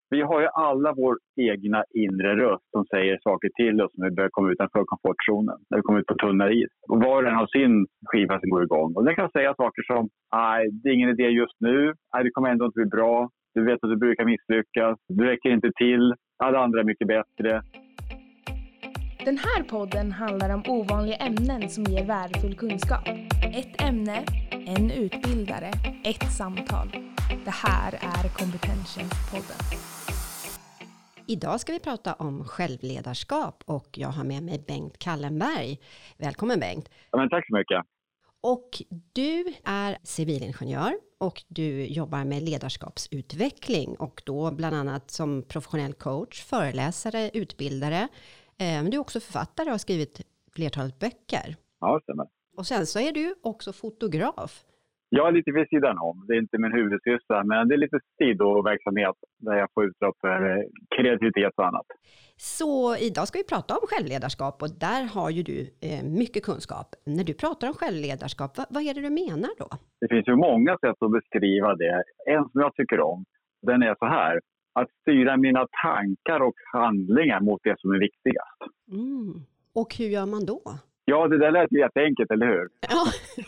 Vi har ju alla vår egna inre röst som säger saker till oss när vi börjar komma utanför komfortzonen. När vi kommer ut på tunna is. Och var och en har sin skiva som går igång. Och den kan säga saker som, nej, det är ingen idé just nu. Nej, det kommer ändå inte bli bra. Du vet att du brukar misslyckas. Du räcker inte till. Alla andra är mycket bättre. Den här podden handlar om ovanliga ämnen som ger värdefull kunskap. Ett ämne, en utbildare, ett samtal. Det här är Kompetenstjänstpodden. Idag ska vi prata om självledarskap och jag har med mig Bengt Kallenberg. Välkommen Bengt. Ja, men tack så mycket. Och du är civilingenjör och du jobbar med ledarskapsutveckling och då bland annat som professionell coach, föreläsare, utbildare. Men du är också författare och har skrivit flertalet böcker. Ja, det stämmer. Och sen så är du också fotograf. Ja, lite vid sidan om. Det är inte min huvudsyssla, men det är lite sidoverksamhet där jag får utlopp för kreativitet och annat. Så idag ska vi prata om självledarskap och där har ju du mycket kunskap. När du pratar om självledarskap, vad är det du menar då? Det finns ju många sätt att beskriva det. En som jag tycker om, den är så här. Att styra mina tankar och handlingar mot det som är viktigast. Mm. Och hur gör man då? Ja, det där lät jätteenkelt, eller hur? Ja.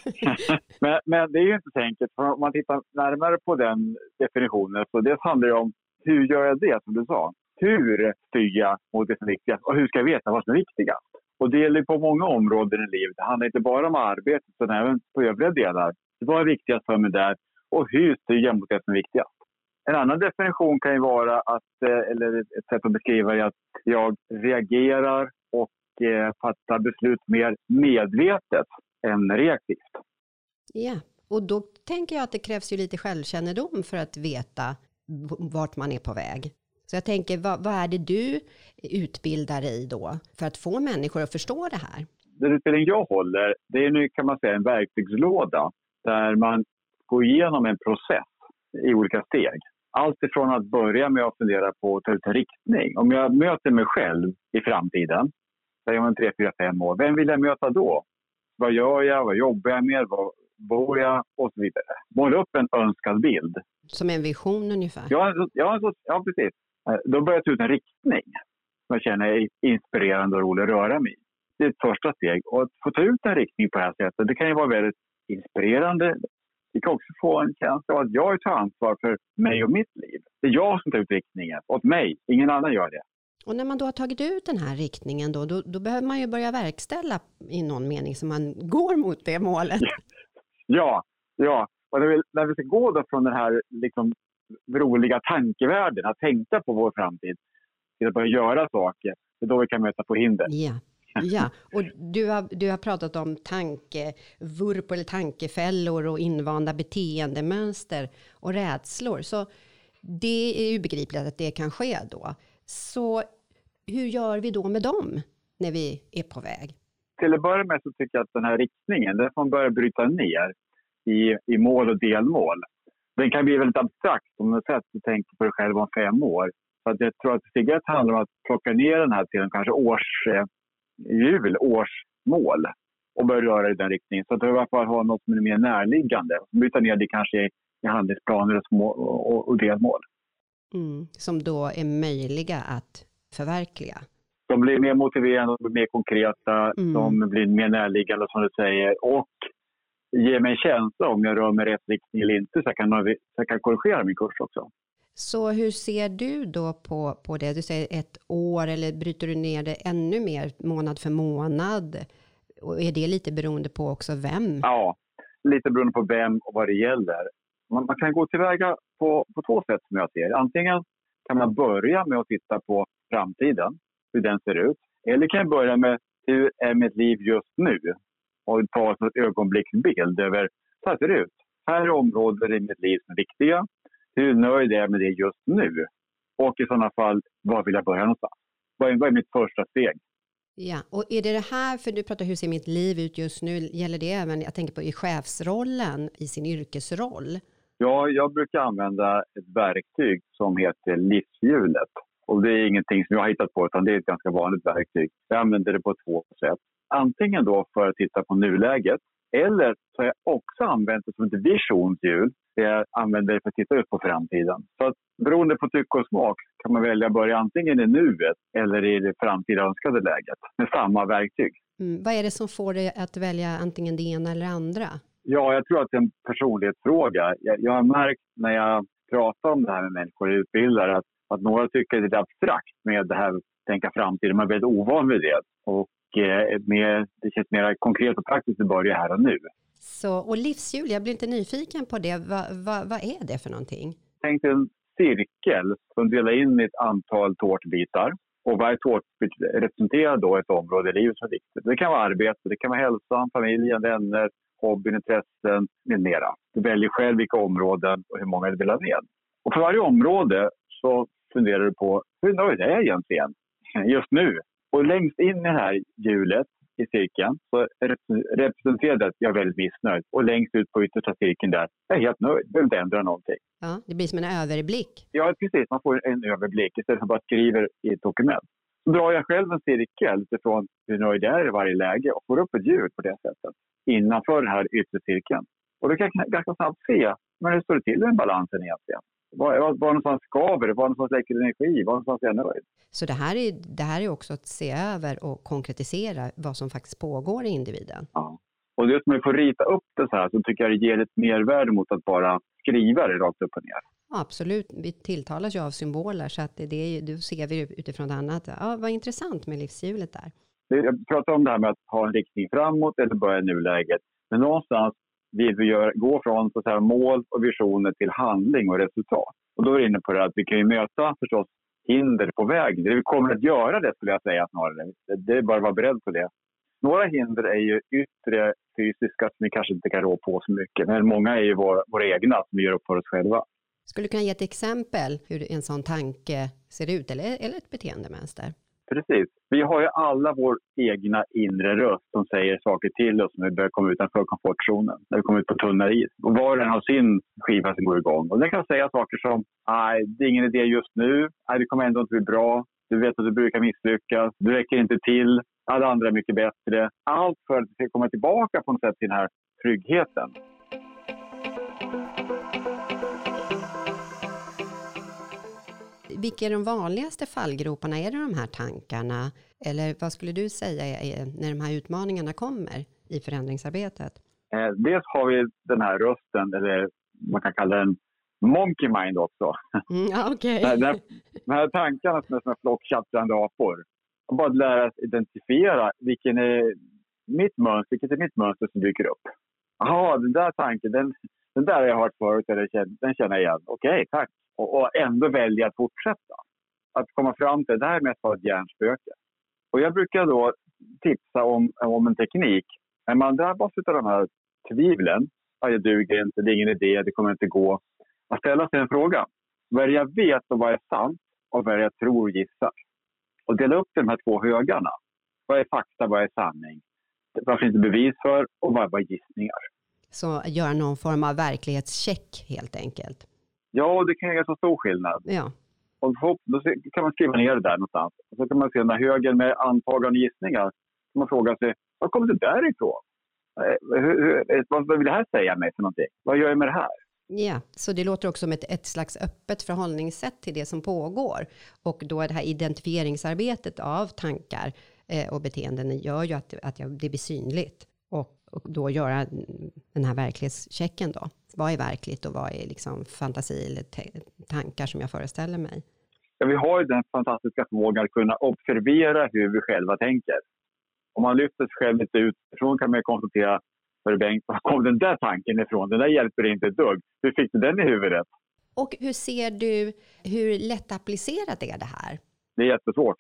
men det är ju inte så enkelt. För om man tittar närmare på den definitionen så det handlar ju om hur gör jag det, som du sa. Hur styr jag mot det som är viktigast och hur ska jag veta vad som är viktigast? Och det gäller på många områden i livet. Det handlar inte bara om arbetet utan även på övriga delar. Vad är viktigast för mig där och hur styr jag mot det som är viktigast? En annan definition kan ju vara eller ett sätt att beskriva är att jag reagerar och fattar beslut mer medvetet än reaktivt. Ja, och då tänker jag att det krävs ju lite självkännedom för att veta vart man är på väg. Så jag tänker, vad är det du utbildar i då för att få människor att förstå det här? Den utbildning jag håller, det är nu kan man säga en verktygslåda där man går igenom en process i olika steg. Allt ifrån att börja med att fundera på att ta ut en riktning. Om jag möter mig själv i framtiden, säger man 3, 4, 5 år, vem vill jag möta då? Vad gör jag? Vad jobbar jag med? Vad bor jag? Och så vidare. Måla upp en önskad bild. Som en vision ungefär? Ja, precis. Då börjar jag ta ut en riktning som jag känner är inspirerande och rolig att röra mig i. Det är ett första steg. Och att få ta ut en riktning på det här sättet, det kan ju vara väldigt inspirerande. Vi kan också få en känsla av att jag tar ansvar för mig och mitt liv. Det är jag som tar ut riktningen åt mig. Ingen annan gör det. Och när man då har tagit ut den här riktningen då behöver man ju börja verkställa i någon mening så man går mot det målet. Ja. Och när vi ska gå då från den här liksom roliga tankevärlden, att tänka på vår framtid till att börja göra saker, det är då vi kan möta på hinder. Ja, och du har pratat om tankevurp eller tankefällor och invanda beteendemönster och rädslor. Så det är ju begripligt att det kan ske då. Så hur gör vi då med dem när vi är på väg? Till att börja med så tycker jag att den här riktningen, den får man börja bryta ner i mål och delmål. Den kan bli väldigt abstrakt om man sätter och tänker på det själv om 5 år. Så att jag tror att steg 1 handlar om att plocka ner den här till en kanske årsmål och börja röra i den riktningen. Så att du i alla fall har något som är mer närliggande. Bryta ner det kanske i handlingsplaner och delmål. Som då är möjliga att förverkliga. De blir mer motiverande, de blir mer konkreta, de blir mer närliggande som du säger. Och ger mig en känsla om jag rör mig i rätt riktning eller inte så jag kan korrigera min kurs också. Så hur ser du då på det? Du säger 1 år eller bryter du ner det ännu mer månad för månad? Och är det lite beroende på också vem? Ja, lite beroende på vem och vad det gäller. Man kan gå tillväga på 2 sätt som jag ser. Antingen kan man börja med att titta på framtiden, hur den ser ut. Eller kan jag börja med hur är mitt liv just nu? Och ta ett ögonblicksbild över så här ser det ut. Här är områden i mitt liv som är viktiga. Hur nöjd är jag med det just nu? Och i sådana fall, var vill jag börja någonstans? Vad är mitt första steg? Ja, och är det här, för du pratar hur ser mitt liv ut just nu, gäller det även, jag tänker på i chefsrollen, i sin yrkesroll? Ja, jag brukar använda ett verktyg som heter livshjulet. Och det är ingenting som jag har hittat på utan det är ett ganska vanligt verktyg. Jag använder det på 2 sätt. Antingen då för att titta på nuläget eller så har jag också använt det som ett visionshjul. det använder jag för att titta ut på framtiden. Så att, beroende på tycke och smak kan man välja att börja antingen i nuet eller i det framtida önskade läget med samma verktyg. Vad är det som får dig att välja antingen det ena eller andra? Ja, jag tror att det är en personlighetsfråga. Jag har märkt när jag pratar om det här med människor och utbildare att några tycker att det är abstrakt med det här att tänka framtiden. Man är väldigt ovan vid det. Och det känns mer konkret och praktiskt att börja här och nu. Så, och livshjul, jag blir inte nyfiken på det. Vad är det för någonting? Tänk dig en cirkel som delar in i ett antal tårtbitar. Och varje tårtbit representerar då ett område i livet som är viktigt. Det kan vara arbete, det kan vara hälsan, familjen, vänner, hobbyn, intressen med mera. Du väljer själv vilka områden och hur många du vill ha med. Och för varje område så funderar du på hur nöjd är jag egentligen just nu. Och längst in i det här hjulet i cirkeln så representerar det att jag är väldigt missnöjd. Och längst ut på yttersta cirkeln där, jag är helt nöjd, vill inte ändra någonting. Ja, det blir som en överblick. Ja, precis. Man får en överblick istället för att bara skriva i ett dokument. Så drar jag själv en cirkel utifrån hur nöjd jag är i varje läge och får upp ett hjul på det sättet innanför den här yttre cirkeln. Och då kan jag ganska snabbt se, men hur står det till med balansen egentligen? Var någonstans skaver, var någonstans läcker energi, var någonstans är jag nöjd? Så det här är också att se över och konkretisera vad som faktiskt pågår i individen. Ja. Och just när vi får rita upp det så här så tycker jag det ger ett mervärde mot att bara skriva det rakt upp och ner. Ja, absolut, vi tilltalas ju av symboler så att då ser vi utifrån det annat. Ja, vad intressant med livshjulet där. Jag pratar om det här med att ha en riktning framåt eller börja i nuläget. Men någonstans vill vi gå från så att säga, mål och visioner till handling och resultat. Och då är det inne på det att vi kan ju möta förstås hinder på vägen. Det vi kommer att göra det skulle jag säga snarare. Det är bara att vara beredd på det. Några hinder är ju yttre fysiska som vi kanske inte kan rå på så mycket. Men många är ju våra egna som vi gör upp för oss själva. Skulle du kunna ge ett exempel hur en sån tanke ser ut eller ett beteendemönster? Precis. Vi har ju alla vår egna inre röst som säger saker till oss när vi börjar komma utanför komfortzonen. När vi kommer ut på tunna is. Och var och en har sin skiva som går igång. Och den kan säga saker som nej, det är ingen idé just nu. Nej, det kommer ändå inte bli bra. Du vet att du brukar misslyckas. Du räcker inte till. Alla andra är mycket bättre. Allt för att vi ska komma tillbaka på något sätt till den här tryggheten. Vilka är de vanligaste fallgroparna? Är det de här tankarna? Eller vad skulle du säga är när de här utmaningarna kommer i förändringsarbetet? Dels har vi den här rösten, eller man kan kalla den monkey mind också. Okay. De här tankarna som är som flocktjattrande apor. Och bara lära sig identifiera vilket är mitt mönster som dyker upp. Jaha, den där tanken, den där har jag hört förut, eller den känner jag igen. Okej, tack. Och ändå välja att fortsätta. Att komma fram till det här med att ha ett hjärnspöke. Och jag brukar då tipsa om en teknik. När man drabbas av de här tvivlen, jag duger inte, det är ingen idé, det kommer inte gå. Att ställa sig en fråga. Vad är det jag vet och vad är sant och vad är det jag tror och gissar? Och dela upp de här två högarna. Vad är fakta, vad är sanning? Vad finns det bevis för och vad är gissningar? Så göra någon form av verklighetscheck helt enkelt. Ja, det kan göra så stor skillnad. Ja. Och då kan man skriva ner det där någonstans. Och så kan man se den här högen med antagande och gissningar. Så man frågar sig, vad kommer det där ifrån? Vad vill det här säga mig för någonting? Vad gör jag med det här? Ja, så det låter också som ett slags öppet förhållningssätt till det som pågår. Och då är det här identifieringsarbetet av tankar och beteenden gör ju att det blir synligt. Och då göra den här verklighetschecken då. Vad är verkligt och vad är liksom fantasi eller tankar som jag föreställer mig? Ja, vi har ju den fantastiska förmågan att kunna observera hur vi själva tänker. Om man lyfter sig själv lite utifrån kan man konstatera, för Bengt, var kom den där tanken ifrån? Den där hjälper inte ett dugg. Hur fick du den i huvudet? Och hur ser du, hur lätt applicerat är det här? Det är jättesvårt.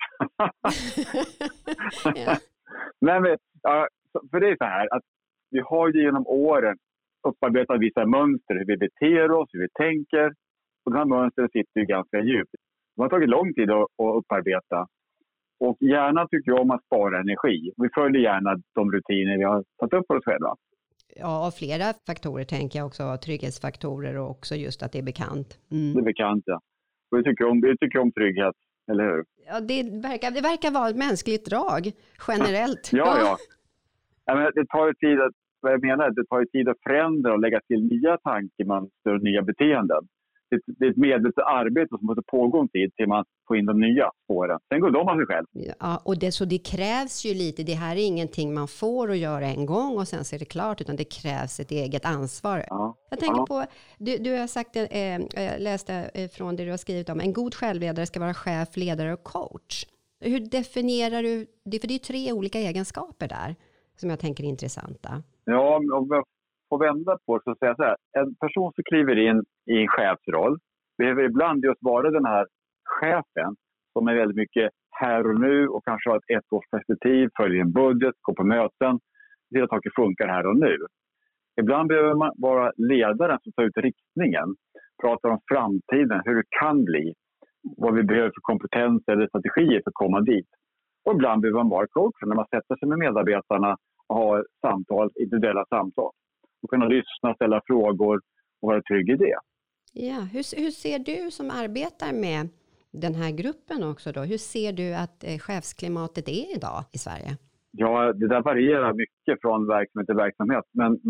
Ja. Men för det är så här att vi har ju genom åren upparbetat vissa mönster, hur vi beter oss, hur vi tänker. Och de här mönstren sitter ju ganska djupt. Det har tagit lång tid att upparbeta. Och hjärnan tycker jag om att spara energi. Vi följer gärna de rutiner vi har satt upp för oss själva. Ja, av flera faktorer tänker jag också. Trygghetsfaktorer och också just att det är bekant. Mm. Det är bekant, ja. Och vi tycker om trygghet, eller hur? Ja, det verkar vara ett mänskligt drag generellt. Ja. Men det tar ju tid vad jag menar är att det tar ju tid att förändra och lägga till nya tankemönster och nya beteenden. Det är ett medvetet arbete som måste pågå en tid till man får in de nya spåren. Sen går de av sig själv. Ja, och så det krävs ju lite. Det här är ingenting man får att göra en gång och sen så är det klart, utan det krävs ett eget ansvar. Ja. Jag tänker på, du har sagt, jag läste från det du har skrivit om, en god självledare ska vara chef, ledare och coach. Hur definierar du det? För det är 3 olika egenskaper där som jag tänker är intressanta. Ja, om jag får vända på det så säger jag så här. En person som kliver in i en chefsroll behöver ibland just vara den här chefen som är väldigt mycket här och nu och kanske har ett 1-årsperspektiv, följer en budget, går på möten, ser att saker funkar här och nu. Ibland behöver man vara ledaren som tar ut riktningen, pratar om framtiden, hur det kan bli, vad vi behöver för kompetens eller strategier för att komma dit. Och ibland behöver man vara coach när man sätter sig med medarbetarna och har samtal, individuella samtal. Och kunna lyssna, ställa frågor och vara trygg i det. Ja, hur ser du som arbetar med den här gruppen också då? Hur ser du att chefsklimatet är idag i Sverige? Ja, det där varierar mycket från verksamhet till verksamhet. Men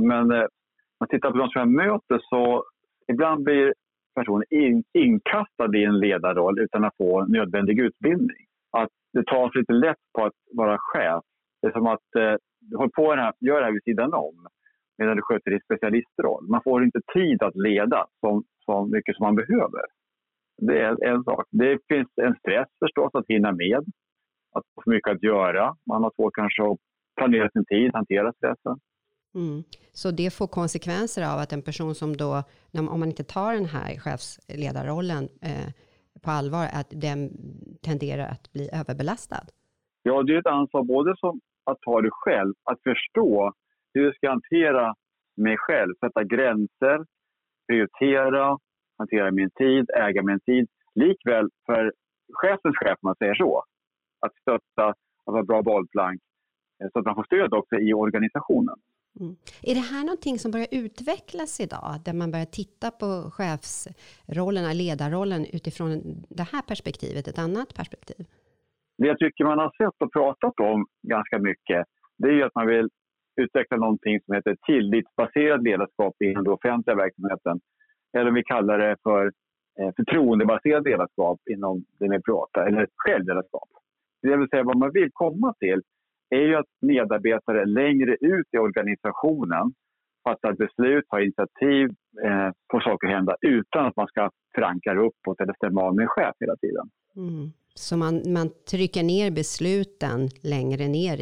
man tittar på de som jag möter så ibland blir personen inkastad i en ledarroll utan att få nödvändig utbildning. Att det tas lite lätt på att vara chef. Det är som att du håller på att göra det här vid sidan om medan du sköter din specialistroll. Man får inte tid att leda så mycket som man behöver. Det är en sak. Det finns en stress förstås att hinna med. Att få mycket att göra. Man har svårt kanske att planera sin tid, hantera stressen. Mm. Så det får konsekvenser av att en person som då, om man inte tar den här chefsledarrollen på allvar, att den tenderar att bli överbelastad? Ja, det är ett ansvar både som att ta det själv, att förstå hur jag ska hantera mig själv, sätta gränser, prioritera, hantera min tid, äga min tid. Likväl för chefens chef, man säger så, att stötta, att ha bra bollplank så att man får stöd också i organisationen. Mm. Är det här någonting som börjar utvecklas idag, där man börjar titta på chefsrollerna, ledarrollen utifrån det här perspektivet, ett annat perspektiv? Det jag tycker man har sett och pratat om ganska mycket, det är ju att man vill utveckla någonting som heter tillitsbaserad ledarskap inom den offentliga verksamheten. Eller om vi kallar det för förtroendebaserad ledarskap inom det mer privata, eller självledarskap. Det vill säga vad man vill komma till är ju att medarbetare längre ut i organisationen fattar beslut, har initiativ, på saker att hända utan att man ska förankra uppåt eller stämma av med en chef hela tiden. Mm. Så man trycker ner besluten längre ner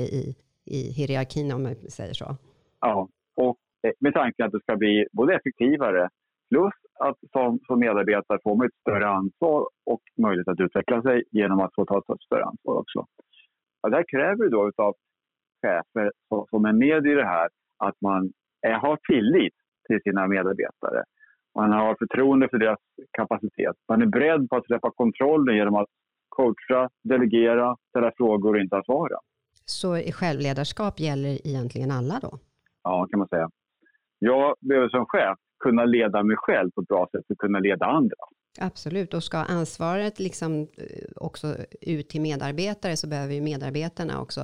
i hierarkin, om man säger så. Ja, och med tanken att det ska bli både effektivare plus att som medarbetare får man ett större ansvar och möjlighet att utveckla sig genom att få ta ett större ansvar också. Ja, det här kräver då utav chefer som är med i det här att man har tillit till sina medarbetare. Man har förtroende för deras kapacitet. Man är beredd på att släppa kontrollen genom att coacha, delegera, ställa frågor och inte svara. Så självledarskap gäller egentligen alla då? Ja, kan man säga. Jag behöver som chef kunna leda mig själv på ett bra sätt och kunna leda andra. Absolut, och ska ansvaret liksom också ut till medarbetare, så behöver ju medarbetarna också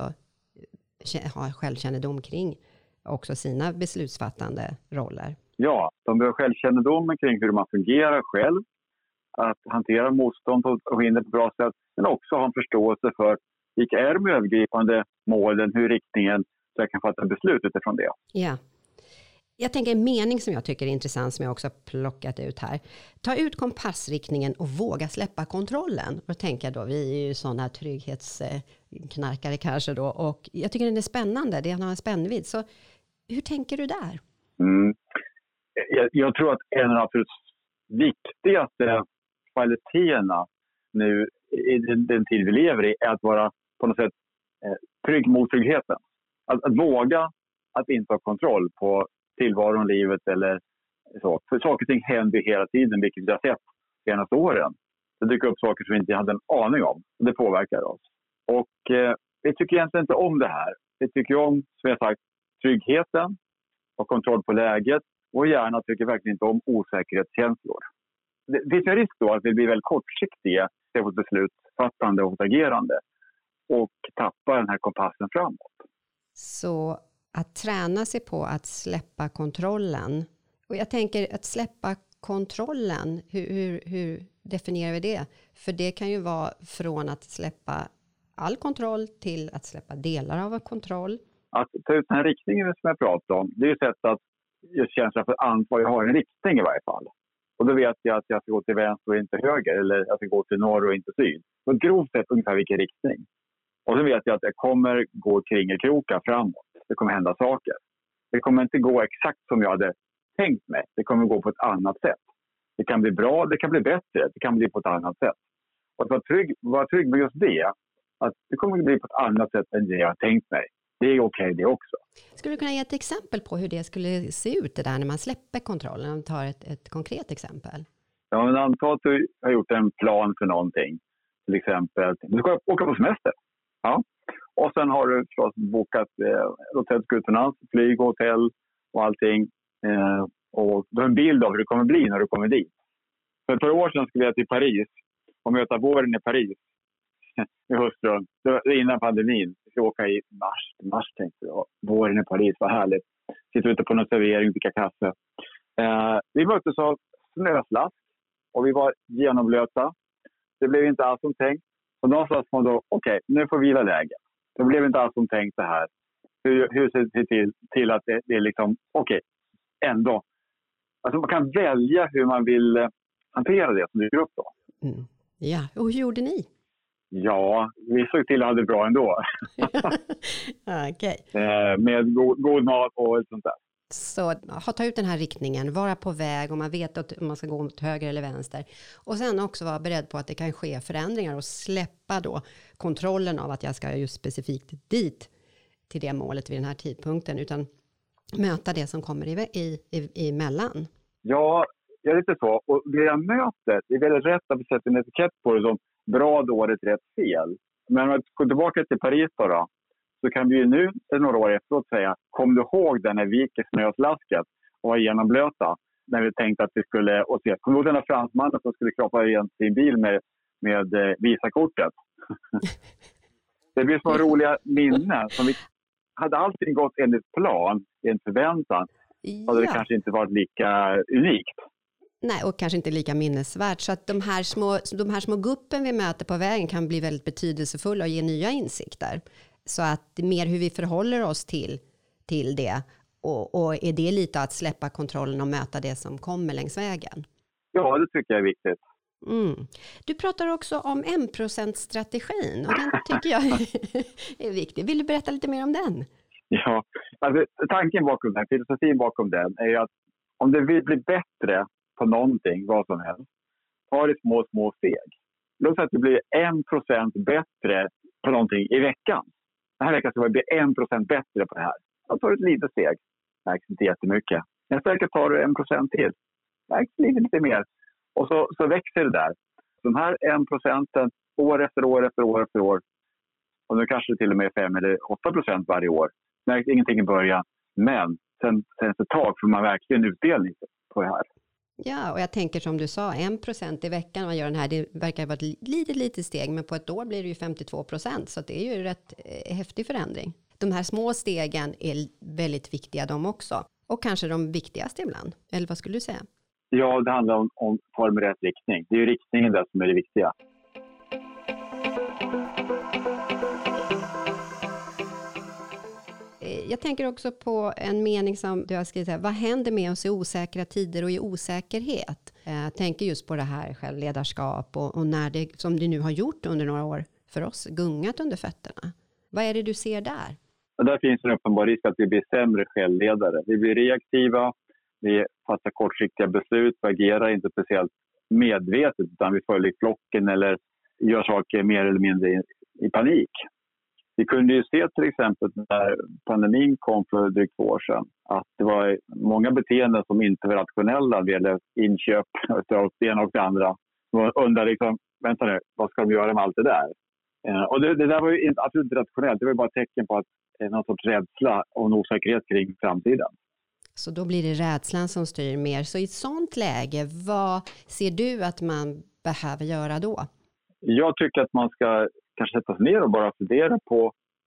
ha självkännedom kring också sina beslutsfattande roller. Ja, de behöver självkännedom kring hur man fungerar själv, att hantera motstånd och hinder på ett bra sätt, men också ha en förståelse för vilka är de övergripande målen, hur riktningen, så jag kan fatta beslut utifrån det. Ja. Jag tänker en mening som jag tycker är intressant, som jag också har plockat ut här. Ta ut kompassriktningen och våga släppa kontrollen. Och då tänker jag då, vi är ju sådana trygghetsknarkare kanske då. Och jag tycker den är spännande, det har en spännvidd. Så hur tänker du där? Jag tror att en av de absolut viktigaste kvaliteterna nu i den tid vi lever i är att vara på något sätt trygg mot tryggheten. Att våga att inte ha kontroll på tillvaron, livet eller så. För saker och ting händer hela tiden, vilket vi har sett de senaste åren. Det dyker upp saker som vi inte hade en aning om. Och det påverkar oss. Och vi tycker egentligen inte om det här. Vi tycker om, som jag sagt, tryggheten och kontroll på läget. Och gärna tycker verkligen inte om osäkerhetskänslor. Det finns en risk då att vi blir väldigt kortsiktiga i vårt beslutsfattande och agerande. Och tappar den här kompassen framåt. Så att träna sig på att släppa kontrollen. Och jag tänker att släppa kontrollen, hur definierar vi det? För det kan ju vara från att släppa all kontroll till att släppa delar av en kontroll. Att ta ut den här riktningen som jag pratar om, det är ju ett sätt att just känsla för ansvar. Jag har en riktning i varje fall. Och då vet jag att jag ska gå till vänster och inte höger. Eller jag ska gå till norr och inte syd. På ett grovt sätt ungefär vilken riktning. Och så vet jag att jag kommer gå kringelkrokar framåt. Det kommer hända saker. Det kommer inte gå exakt som jag hade tänkt mig. Det kommer gå på ett annat sätt. Det kan bli bra, det kan bli bättre. Det kan bli på ett annat sätt. Och att vara trygg med just det. Att det kommer att bli på ett annat sätt än det jag har tänkt mig. Det är okej det också. Skulle du kunna ge ett exempel på hur det skulle se ut det där när man släpper kontrollen? Om vi tar ett konkret exempel. Ja, men anta att du har gjort en plan för någonting. Till exempel, du ska åka på semester. Ja. Och sen har du förstås bokat hotell utomlands, flyg, hotell och allting. Och du har en bild av hur det kommer bli när du kommer dit. För ett par år sedan skulle jag till Paris och möta våren i Paris med hustrun. Det var innan pandemin. Vi ska åka i mars tänkte jag. Våren i Paris, vad härligt. Sitter ute på någon servering och dricka kaffe. Vi möttes av snöslask och vi var genomblöta. Det blev inte alls som tänkt. Och någonstans var då, okej, nu får vi vila läget. Det blev inte alls som tänkt det här. Hur ser det till att det är liksom, okej, ändå. Alltså man kan välja hur man vill hantera det som dyker upp då. Mm. Ja, och hur gjorde ni? Ja, vi såg till att ha det bra ändå. Okay. Med god mat och sånt där. Så ta ut den här riktningen, vara på väg och man vet att man ska gå åt höger eller vänster. Och sen också vara beredd på att det kan ske förändringar och släppa då kontrollen av att jag ska just specifikt dit till det målet vid den här tidpunkten. Utan möta det som kommer emellan. Ja, jag är lite så. Och det jag möter, det är väldigt rätt att vi sätter en etikett på det som bra, dåligt, rätt, fel. Men om jag går tillbaka till Paris då, så kan vi ju nu, några år efteråt säga, kom du ihåg den när vi gick i snöslasket och var genomblöta? När vi tänkte att vi skulle, och se, kom du ihåg den här fransmannen som skulle krapa igen sin bil med Visakortet? Det blir så roliga minnen. Som vi, hade allting gått enligt plan, enligt förväntan, hade det kanske inte varit lika unikt. Nej, och kanske inte lika minnesvärt. Så att de här små guppen vi möter på vägen kan bli väldigt betydelsefulla och ge nya insikter. Så att det är mer hur vi förhåller oss till det. Och är det lite att släppa kontrollen och möta det som kommer längs vägen? Ja, det tycker jag är viktigt. Mm. Du pratar också om 1%-strategin och den tycker jag är viktig. Vill du berätta lite mer om den? Ja, alltså, tanken bakom den, filosofin bakom den är att om du vill bli bättre på någonting, vad som helst, ta det små steg. Låt säga att du blir 1% bättre på någonting i veckan. Den här veckan ska jag bli 1% bättre på det här. Jag tar ett litet steg. Det märks inte jättemycket. Nästa vecka tar du 1% till. Det märks lite mer. Och så växer det där. De här 1% år efter år. Och nu kanske det till och med 5 eller 8% varje år. Det märks ingenting i början. Men sen ett tag får man verkligen utdelning på det här. Ja, och jag tänker som du sa, 1% i veckan man gör den här, det verkar vara ett litet steg, men på ett år blir det ju 52%, så det är ju rätt häftig förändring. De här små stegen är väldigt viktiga de också, och kanske de viktigaste ibland, eller vad skulle du säga? Ja, det handlar om form rätt riktning. Det är ju riktningen där som är det viktiga. Jag tänker också på en mening som du har skrivit här. Vad händer med oss i osäkra tider och i osäkerhet? Jag tänker just på det här självledarskap och när det, som du nu har gjort under några år för oss, gungat under fötterna. Vad är det du ser där? Och där finns en uppenbar risk att vi blir sämre självledare. Vi blir reaktiva, vi fattar kortsiktiga beslut, vi agerar inte speciellt medvetet utan vi följer flocken eller gör saker mer eller mindre i panik. Vi kunde ju se till exempel när pandemin kom för drygt 2 år sedan att det var många beteenden som inte var rationella vad gäller inköp av det ena och det andra. Man undrar liksom, vänta nu, vad ska de göra med allt det där? Och det där var ju absolut inte rationellt, det var bara ett tecken på att någon sorts rädsla och en osäkerhet kring framtiden. Så då blir det rädslan som styr mer. Så i ett sånt läge, vad ser du att man behöver göra då? Jag tycker att man ska kanske sätta sig ner och bara fundera på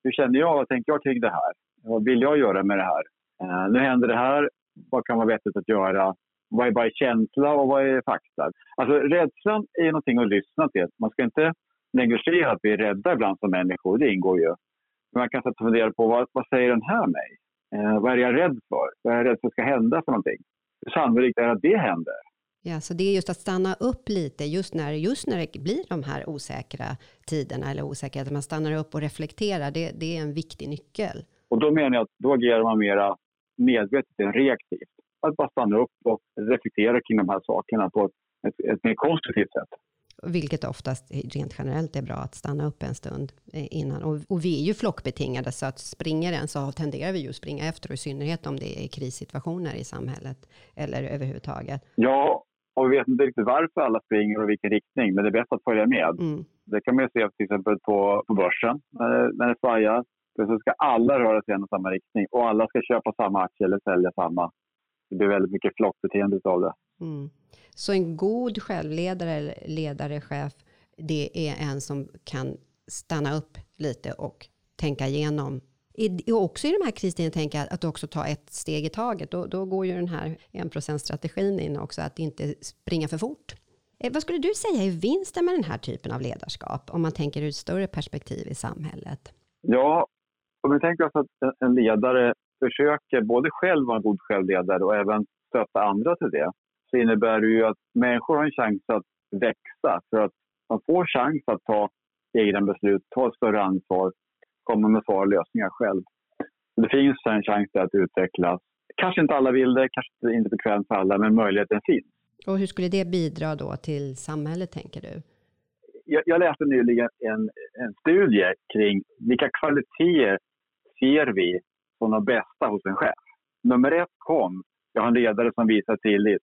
Hur känner jag? Vad tänker jag kring det här? Vad vill jag göra med det här? Nu händer det här. Vad kan vara vettigt att göra? Vad är bara känsla och vad är fakta? Alltså rädslan är någonting att lyssna till. Man ska inte negligera att vi är rädda ibland som människor. Det ingår ju. Men man kan fundera på vad säger den här mig? Vad är jag rädd för? Vad är jag rädd för ska hända för någonting? Hur sannolikt är att det händer? Ja, så det är just att stanna upp lite just när det blir de här osäkra tiderna eller osäkerhet. Att man stannar upp och reflekterar. Det är en viktig nyckel. Och då menar jag att då agerar man mera medvetet än reaktivt. Att bara stanna upp och reflektera kring de här sakerna på ett mer konstruktivt sätt. Vilket oftast rent generellt är bra att stanna upp en stund innan. Och vi är ju flockbetingade, så att springer en så tenderar vi ju att springa efter. Och i synnerhet om det är krissituationer i samhället eller överhuvudtaget. Ja, och vi vet inte riktigt varför alla springer och i vilken riktning. Men det är bäst att följa med. Mm. Det kan man ju se till exempel på börsen när det svajar. Så ska alla röra sig i en och samma riktning. Och alla ska köpa samma aktie eller sälja samma. Det blir väldigt mycket flockbeteende av det. Mm. Så en god självledare eller ledare, chef, det är en som kan stanna upp lite och tänka igenom. Och också i de här kristiderna tänka att också ta ett steg i taget. Då går ju den här 1%-strategin in också, att inte springa för fort. Vad skulle du säga är vinsten med den här typen av ledarskap om man tänker ur ett större perspektiv i samhället? Ja, om vi tänker oss att en ledare försöker både själv vara en god självledare och även stötta andra till det, så innebär det ju att människor har en chans att växa, för att man får chans att ta egna beslut, ta ett större ansvar, komma med svar och lösningar själv. Det finns en chans att utvecklas. Kanske inte alla vill det, kanske inte bekvämt för alla, men möjligheten finns. Och hur skulle det bidra då till samhället, tänker du? Jag läste nyligen en studie kring vilka kvaliteter ser vi som de bästa hos en chef. Nummer 1 kom, jag har en ledare som visar tillit.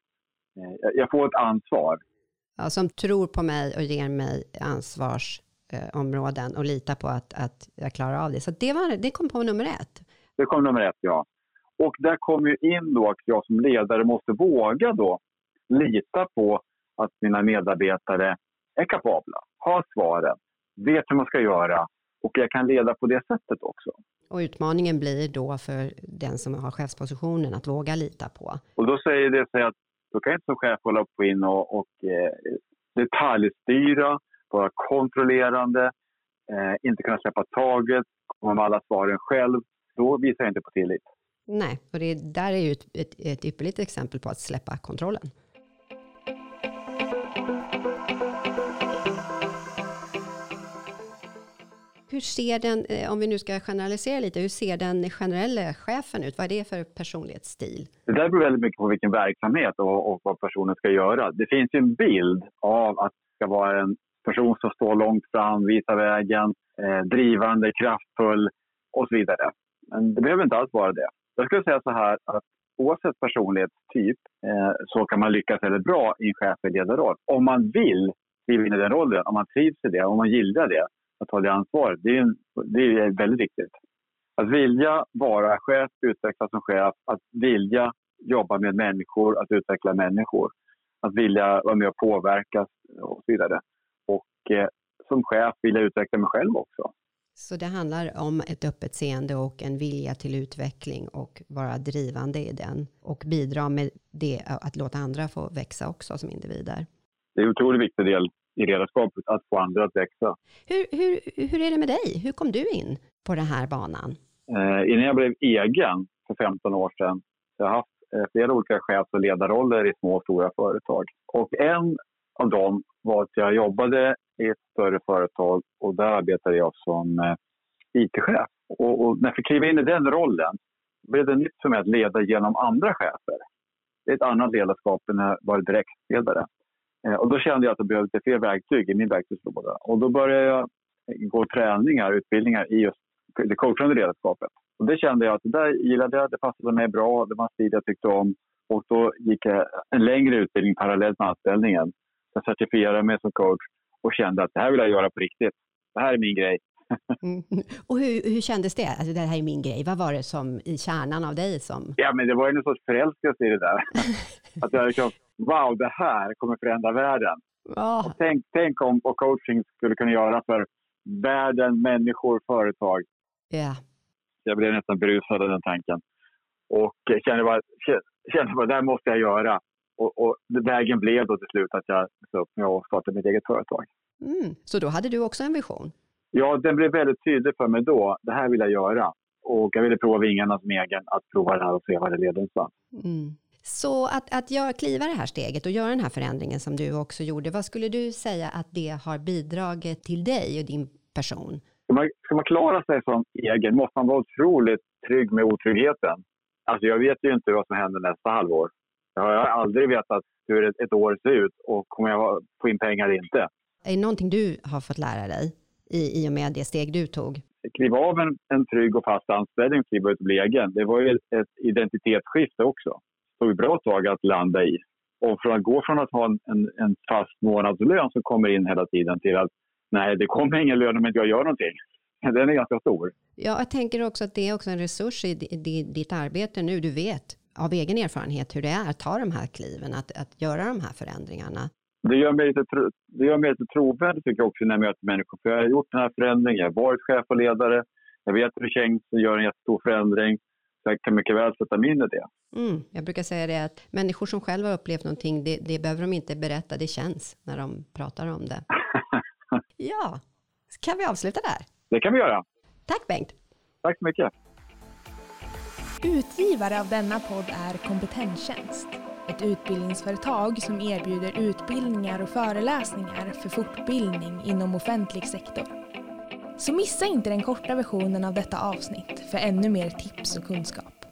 Jag får ett ansvar. Ja, som tror på mig och ger mig ansvarsområden och litar på att jag klarar av det. Så det kom på nummer 1. Det kom nummer 1, ja. Och där kom ju in då att jag som ledare måste våga då lita på att mina medarbetare är kapabla, har svaren, vet hur man ska göra, och jag kan leda på det sättet också. Och utmaningen blir då för den som har chefspositionen att våga lita på. Och då säger det sig att då kan jag inte som chef hålla upp in och detaljstyra, vara kontrollerande, inte kunna släppa taget, komma med alla svaren själv. Då visar jag inte på tillit. Nej, och där är ju ett ypperligt exempel på att släppa kontrollen. Hur ser den, om vi nu ska generalisera lite, hur ser den generella chefen ut? Vad är det för personlighetsstil? Det där beror väldigt mycket på vilken verksamhet och vad personen ska göra. Det finns ju en bild av att det ska vara en person som står långt fram, visar vägen, drivande, kraftfull och så vidare. Men det behöver inte alls vara det. Jag skulle säga så här att oavsett personlighetstyp så kan man lyckas väldigt bra i en chef- eller ledarroll. Om man vill skriva in i den rollen, om man trivs i det, om man gillar det, att ta det ansvaret, det är väldigt viktigt. Att vilja vara chef, utvecklas som chef, att vilja jobba med människor, att utveckla människor, att vilja vara med och påverka och så vidare. Och som chef vill jag utveckla mig själv också. Så det handlar om ett öppet seende och en vilja till utveckling och vara drivande i den och bidra med det att låta andra få växa också som individer. Det är en otroligt viktig del i ledarskapet att få andra att växa. Hur är det med dig? Hur kom du in på den här banan? Innan jag blev egen för 15 år sedan så har jag haft flera olika chefs- och ledarroller i små och stora företag. Och en av dem var att jag jobbade i ett större företag och där arbetade jag som IT-chef. Och när jag fick kliva in i den rollen blev det nytt för mig att leda genom andra chefer. Det är ett annat ledarskap än när jag var direktledare. Och då kände jag att jag behövde fler verktyg i min verktygslåda. Och då började jag gå träningar, utbildningar i just det coachande ledarskapet. Och det kände jag att det där gillade jag, det passade mig bra, det var en stil jag tyckte om. Och då gick jag en längre utbildning parallellt med anställningen. Jag certifierade mig som coach och kände att det här vill jag göra på riktigt. Det här är min grej. Mm. Och hur kändes det? Alltså, det här är min grej. Vad var det som i kärnan av dig som... Ja, men det var ju en sorts förälskelse i det där. Att jag liksom, wow, det här kommer förändra världen. Oh. Och tänk om coaching skulle kunna göra för världen, människor, företag. Ja. Jag blev nästan berusad av den tanken. Och kände bara, det här måste jag göra. Och vägen blev då till slut att jag sa upp mig och startade mitt eget företag. Så då hade du också en vision? Ja, den blev väldigt tydlig för mig då. Det här vill jag göra. Och jag ville prova vingarna som egen, att prova det här och se vad det leder någonstans. Så att kliva det här steget och göra den här förändringen som du också gjorde, vad skulle du säga att det har bidragit till dig och din person? Ska man klara sig som egen måste man vara otroligt trygg med otryggheten. Alltså jag vet ju inte vad som händer nästa halvår. Jag har aldrig vetat hur ett år ser ut och kommer jag få in pengar eller inte. Är det någonting du har fått lära dig i och med det steg du tog? Kliva av en trygg och fast anställning och kliva ut och bli egen. Det var ju ett identitetsskifte också. Det tog bra tag att landa i. Och från att gå från att ha en fast månadslön som kommer in hela tiden till att nej, det kommer ingen lön om inte jag gör någonting. Den är ganska stor. Ja, jag tänker också att det är också en resurs i ditt arbete nu. Du vet av egen erfarenhet hur det är att ta de här kliven, att göra de här förändringarna. Det gör mig lite trovärdig tycker jag också när jag möter människor. För jag har gjort den här förändringen, jag har varit chef och ledare. Jag vet hur det känns att göra en jättestor förändring. Så jag kan mycket väl sätta mig in i det. Jag brukar säga det att människor som själva har upplevt någonting, det behöver de inte berätta, det känns när de pratar om det. Ja, kan vi avsluta där? Det kan vi göra. Tack Bengt. Tack så mycket. Utgivare av denna podd är Kompetenstjänst. Ett utbildningsföretag som erbjuder utbildningar och föreläsningar för fortbildning inom offentlig sektor. Så missa inte den korta versionen av detta avsnitt för ännu mer tips och kunskap.